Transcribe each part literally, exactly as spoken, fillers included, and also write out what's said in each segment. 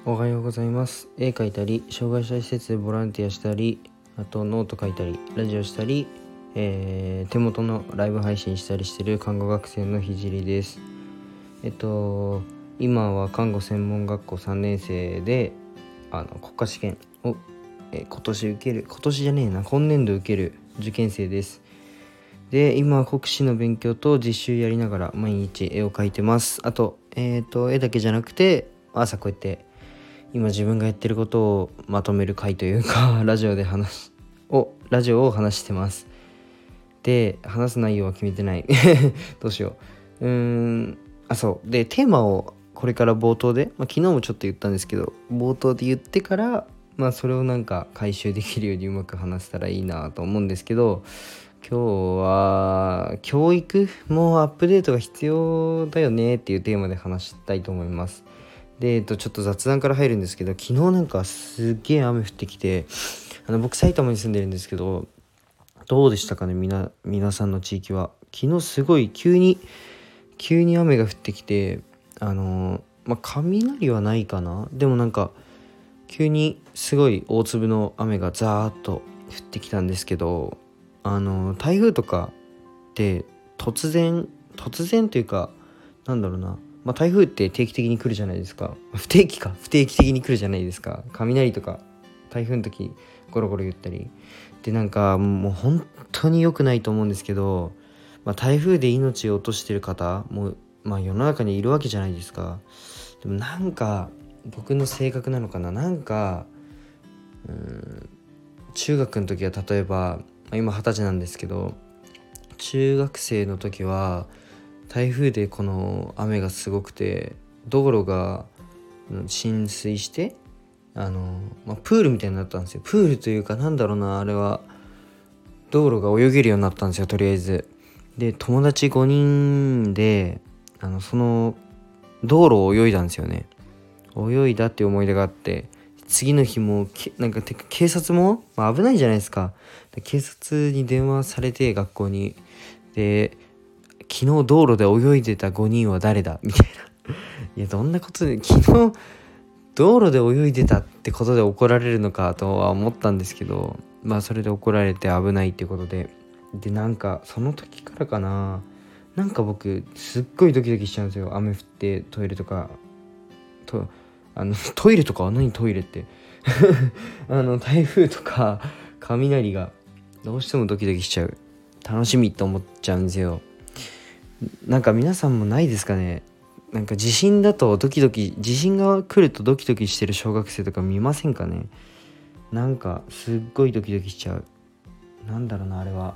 おはようございます。絵描いたり、障害者施設でボランティアしたり、あとノート書いたり、ラジオしたり、えー手元のライブ配信したりしてる看護学生のひじりです。えっと今は看護専門学校さんねん生で、あの国家試験を、えー今年受ける今年じゃねえな今年度受ける受験生です。で今は国試の勉強と実習やりながら毎日絵を描いてます。あと,、えー、と絵だけじゃなくて朝こうやって今自分がやってることをまとめる回というかラジオで話をラジオを話してます。で話す内容は決めてないどうしよううーんあそうでテーマをこれから冒頭で、まあ、昨日もちょっと言ったんですけど冒頭で言ってからまあそれをなんか回収できるようにうまく話せたらいいなと思うんですけど、今日は教育もアップデートが必要だよねっていうテーマで話したいと思います。で、えっと、ちょっと雑談から入るんですけど、昨日なんかすっげえ雨降ってきて、あの僕埼玉に住んでるんですけど、どうでしたかね、みな皆さんの地域は。昨日すごい急に急に雨が降ってきて、あのまあ雷はないかな、でもなんか急にすごい大粒の雨がザーッと降ってきたんですけど、あの台風とかって突然突然というかなんだろうな、まあ、台風って定期的に来るじゃないですか。不定期か不定期的に来るじゃないですか。雷とか台風の時ゴロゴロ言ったりで、なんかもう本当に良くないと思うんですけど、まあ、台風で命を落としてる方も、まあ、世の中にいるわけじゃないですか。でもなんか僕の性格なのかな、なんかうーん中学の時は例えば今二十歳なんですけど、中学生の時は台風でこの雨がすごくて道路が浸水してあの、まあ、プールみたいになったんですよ。プールというかなんだろうな、あれは道路が泳げるようになったんですよ、とりあえず。で友達ごにんであのその道路を泳いだんですよね。泳いだっていう思い出があって、次の日もなんかて警察も、まあ、危ないじゃないですか。で警察に電話されて学校に、で昨日道路で泳いでたごにんは誰だみたいな。いやどんなことで昨日道路で泳いでたってことで怒られるのかとは思ったんですけど、まあそれで怒られて危ないっていうことで、でなんかその時からかな、なんか僕すっごいドキドキしちゃうんですよ。雨降ってトイレとかとあのトイレとかは何トイレってあの台風とか雷がどうしてもドキドキしちゃう、楽しみと思っちゃうんですよ。なんか皆さんもないですかね。なんか地震だとドキドキ、地震が来るとドキドキしてる小学生とか見ませんかね。なんかすっごいドキドキしちゃう。なんだろうなあれは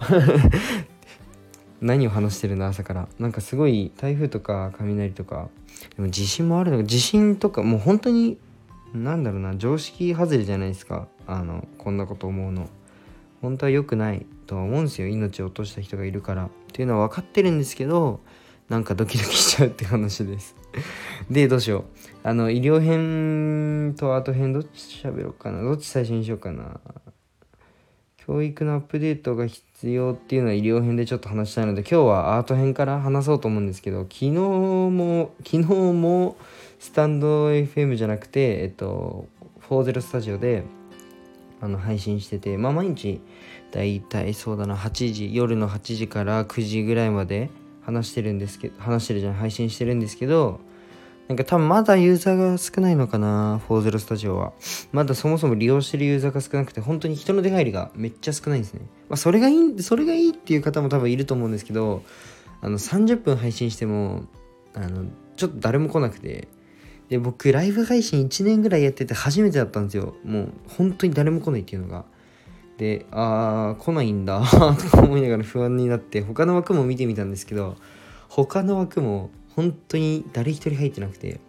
何を話してるの朝から。なんかすごい台風とか雷とか、でも地震もあるのか、地震とかもう本当になんだろうな、常識外れじゃないですか。あのこんなこと思うの本当は良くないとは思うんですよ。命を落とした人がいるからっていうのは分かってるんですけど、なんかドキドキしちゃうって話ですでどうしよう、あの医療編とアート編どっち喋ろうかな、どっち最初にしようかな。教育のアップデートが必要っていうのは医療編でちょっと話したいので、今日はアート編から話そうと思うんですけど、昨日も昨日もスタンド エフエム じゃなくてえっとフォーゼロスタジオであの配信してて、まあ毎日だいたいそうだなはちじ夜のはちじからくじぐらいまで話してるんですけど話してるじゃん配信してるんですけど、なんか多分まだユーザーが少ないのかな、フォーゼロスタジオは。まだそもそも利用してるユーザーが少なくて、本当に人の出入りがめっちゃ少ないんですね。まあそれがいいそれがいいっていう方も多分いると思うんですけど、あのさんじゅっぷん配信してもあのちょっと誰も来なくて、で僕ライブ配信いちねんぐらいやってて初めてだったんですよ。もう本当に誰も来ないっていうのが。であー来ないんだとか思いながら不安になって、他の枠も見てみたんですけど、他の枠も本当に誰一人入ってなくて、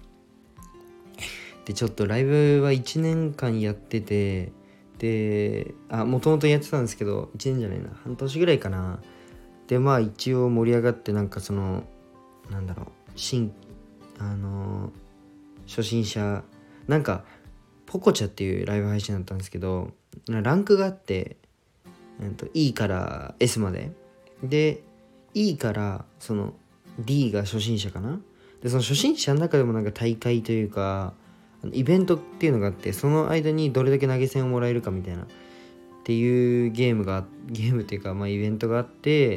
でちょっとライブはいちねんかんやってて、であもともとやってたんですけどいちねんじゃないな半年ぐらいかな。でまあ一応盛り上がって、なんかそのなんだろう新あのー初心者なんかポコチャっていうライブ配信だったんですけど、ランクがあって、えっと E から S までで E からその D が初心者かな。でその初心者の中でもなんか大会というかイベントっていうのがあって、その間にどれだけ投げ銭をもらえるかみたいなっていうゲームがゲームっていうかまあイベントがあって、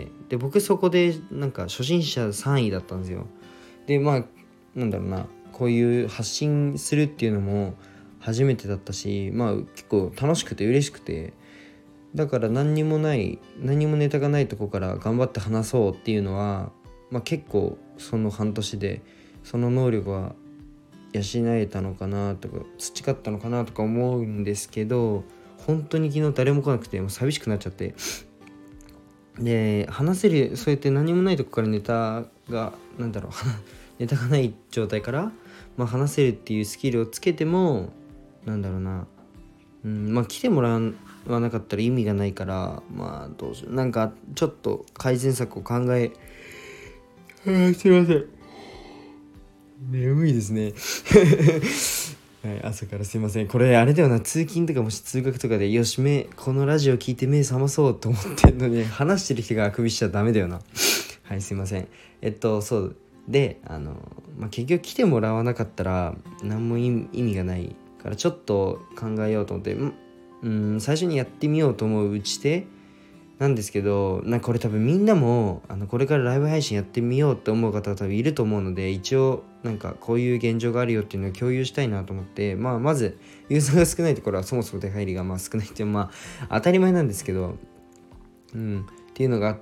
で僕そこでなんか初心者さんいだったんですよ。でまあなんだろうな、こういう発信するっていうのも初めてだったし、まあ結構楽しくて嬉しくて、だから何にもない何にもネタがないとこから頑張って話そうっていうのは、まあ、結構その半年でその能力は養えたのかなとか培ったのかなとか思うんですけど、本当に昨日誰も来なくてもう寂しくなっちゃって、で話せる、そうやって何もないとこからネタがなんだろうネタがない状態から、まあ、話せるっていうスキルをつけてもなんだろうな、うん、まあ来てもらわなかったら意味がないから、まあどうしよう、なんかちょっと改善策を考えあすいません、眠いですねはい、朝からすいません。これあれだよな、通勤とかもし通学とかでよし目このラジオ聞いて目覚まそうと思ってんのに話してる人があくびしちゃダメだよなはいすいません。えっとそうであの、まあ、結局来てもらわなかったら何も意味がないからちょっと考えようと思って、うん最初にやってみようと思う打ち手なんですけど、なんかこれ多分みんなもあのこれからライブ配信やってみようと思う方が多分いると思うので、一応なんかこういう現状があるよっていうのを共有したいなと思って、まあまずユーザーが少ないところはそもそも出入りがまあ少ないっていうまあ当たり前なんですけど、うんっていうのがあって、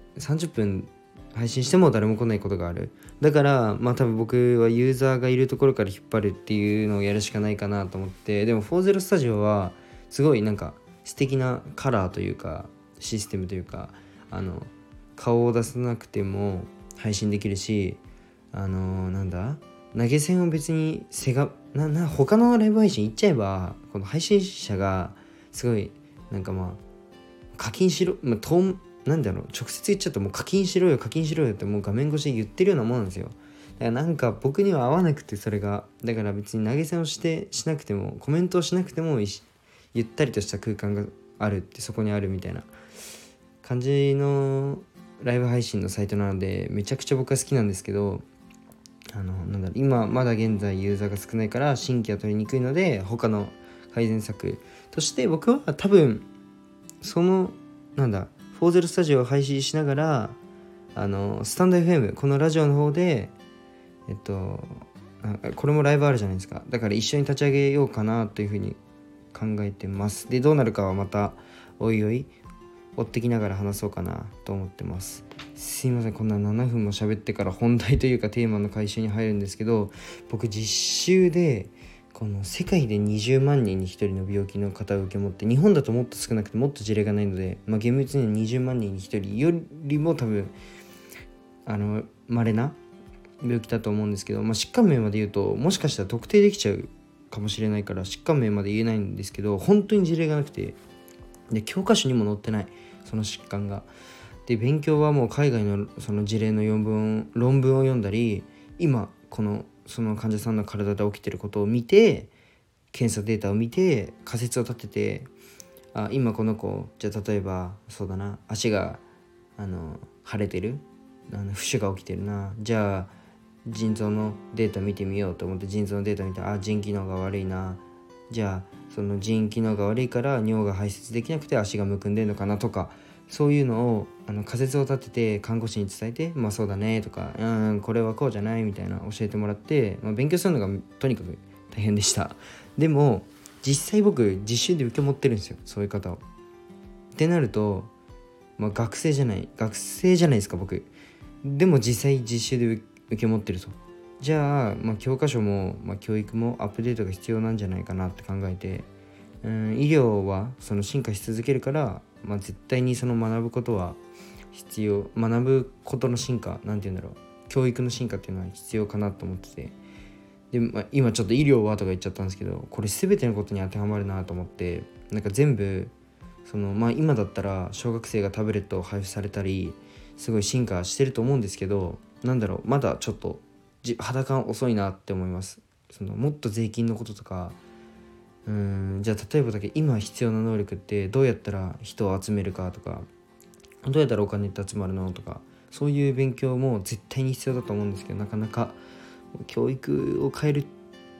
さんじゅっぷん配信しても誰も来ないことがある。だからまあ多分僕はユーザーがいるところから引っ張るっていうのをやるしかないかなと思って、でもフォーゼロスタジオはすごいなんか素敵なカラーというかシステムというか、あの顔を出さなくても配信できるし、あのー、なんだ投げ銭を別にせがなな他のライブ配信行っちゃえばこの配信者がすごいなんかまあ課金しろ、まあ、となんだろう直接言っちゃったらもう課金しろよ課金しろよってもう画面越しで言ってるようなもんなんですよ。だからなんか僕には合わなくて、それがだから別に投げ銭をしてしなくてもコメントをしなくてもいいし、ゆったりとした空間があるってそこにあるみたいな感じのライブ配信のサイトなのでめちゃくちゃ僕は好きなんですけど、あのなんだろう今まだ現在ユーザーが少ないから新規は取りにくいので、他の改善策として僕は多分そのなんだフォーゼロスタジオを配信しながらあのスタンド エフエム このラジオの方でえっとこれもライブあるじゃないですか。だから一緒に立ち上げようかなというふうに考えてます。でどうなるかはまたおいおい追ってきながら話そうかなと思ってます。すいません、こんなななふんも喋ってから本題というかテーマの回収に入るんですけど、僕実習でこの世界でにじゅうまんにんにひとりの病気の方を受け持って、日本だともっと少なくてもっと事例がないので、まあ、厳密にはにじゅうまんにんにひとりよりも多分あの稀な病気だと思うんですけど、まあ、疾患名まで言うともしかしたら特定できちゃうかもしれないから疾患名まで言えないんですけど、本当に事例がなくて、で教科書にも載ってないその疾患が。で勉強はもう海外のその事例のよんぶん論文を読んだり、今このその患者さんの体で起きてることを見て、検査データを見て仮説を立てて、あ今この子じゃあ例えばそうだな足があの腫れてる、あの浮腫が起きてるな、じゃあ腎臓のデータ見てみようと思って腎臓のデータ見て、あ腎機能が悪いな、じゃあその腎機能が悪いから尿が排泄できなくて足がむくんでるのかなとか、そういうのをあの仮説を立てて看護師に伝えて、まあそうだねとか、うんこれはこうじゃないみたいな教えてもらって、まあ、勉強するのがとにかく大変でした。でも実際僕実習で受け持ってるんですよ、そういう方を。ってなると、まあ、学生じゃない学生じゃないですか僕。でも実際実習で受け持ってると、じゃあ、まあ、教科書も、まあ、教育もアップデートが必要なんじゃないかなって考えて、うん、医療はその進化し続けるから、まあ、絶対にその学ぶことは必要、学ぶことの進化なんて言うんだろう、教育の進化っていうのは必要かなと思ってて、で、まあ、今ちょっと医療はとか言っちゃったんですけど、これ全てのことに当てはまるなと思って、なんか全部その、まあ、今だったら小学生がタブレットを配布されたりすごい進化してると思うんですけど、なんだろうまだちょっと肌感遅いなって思います。そのもっと税金のこととか、うーんじゃあ例えばだけ今必要な能力ってどうやったら人を集めるかとか、どうやったらお金って集まるのとか、そういう勉強も絶対に必要だと思うんですけど、なかなか教育を変える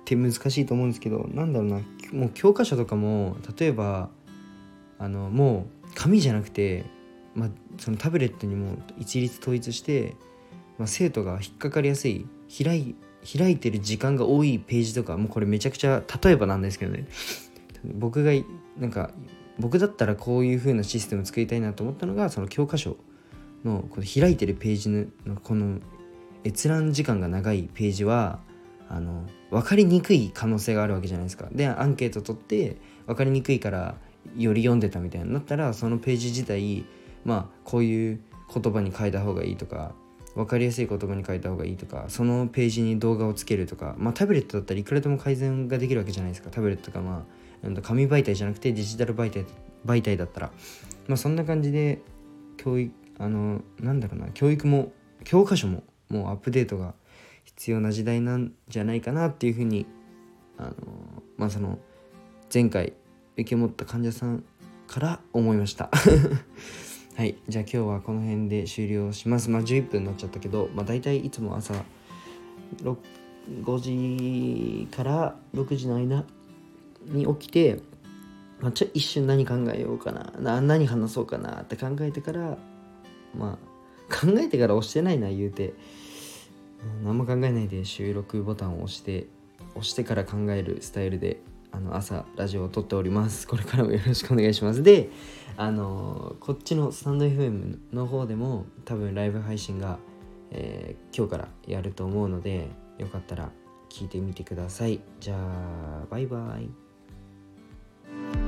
って難しいと思うんですけど、なんだろうな、もう教科書とかも例えばあのもう紙じゃなくて、まあ、そのタブレットにも一律統一して、まあ、生徒が引っかかりやすい開い開いてる時間が多いページとか、もうこれめちゃくちゃ例えばなんですけどね、僕がなんか僕だったらこういう風なシステムを作りたいなと思ったのが、その教科書のこの開いてるページのこの閲覧時間が長いページはあの分かりにくい可能性があるわけじゃないですか。でアンケート取って分かりにくいからより読んでたみたいになったら、そのページ自体まあこういう言葉に変えた方がいいとか、分かりやすい言葉に変えた方がいいとか、そのページに動画をつけるとか、まあタブレットだったらいくらでも改善ができるわけじゃないですか。タブレットとかまあ紙媒体じゃなくてデジタル媒体媒体だったら、まあそんな感じで教育あのなんだろうな教育も教科書ももうアップデートが必要な時代なんじゃないかなっていうふうにあのまあその前回受け持った患者さんから思いましたはい、じゃあ今日はこの辺で終了します。まあじゅういっぷんになっちゃったけど、まあだいたいいつも朝ごじからろくじの間に起きて、まあ、ちょ一瞬何考えようかなな何話そうかなって考えてから、まあ考えてから押してないな言うて、何も考えないで収録ボタンを押して押してから考えるスタイルであの朝ラジオを撮っております。これからもよろしくお願いします。で、あのこっちのスタンド エフエム の方でも多分ライブ配信が、えー、今日からやると思うので、よかったら聞いてみてください。じゃあバイバイ。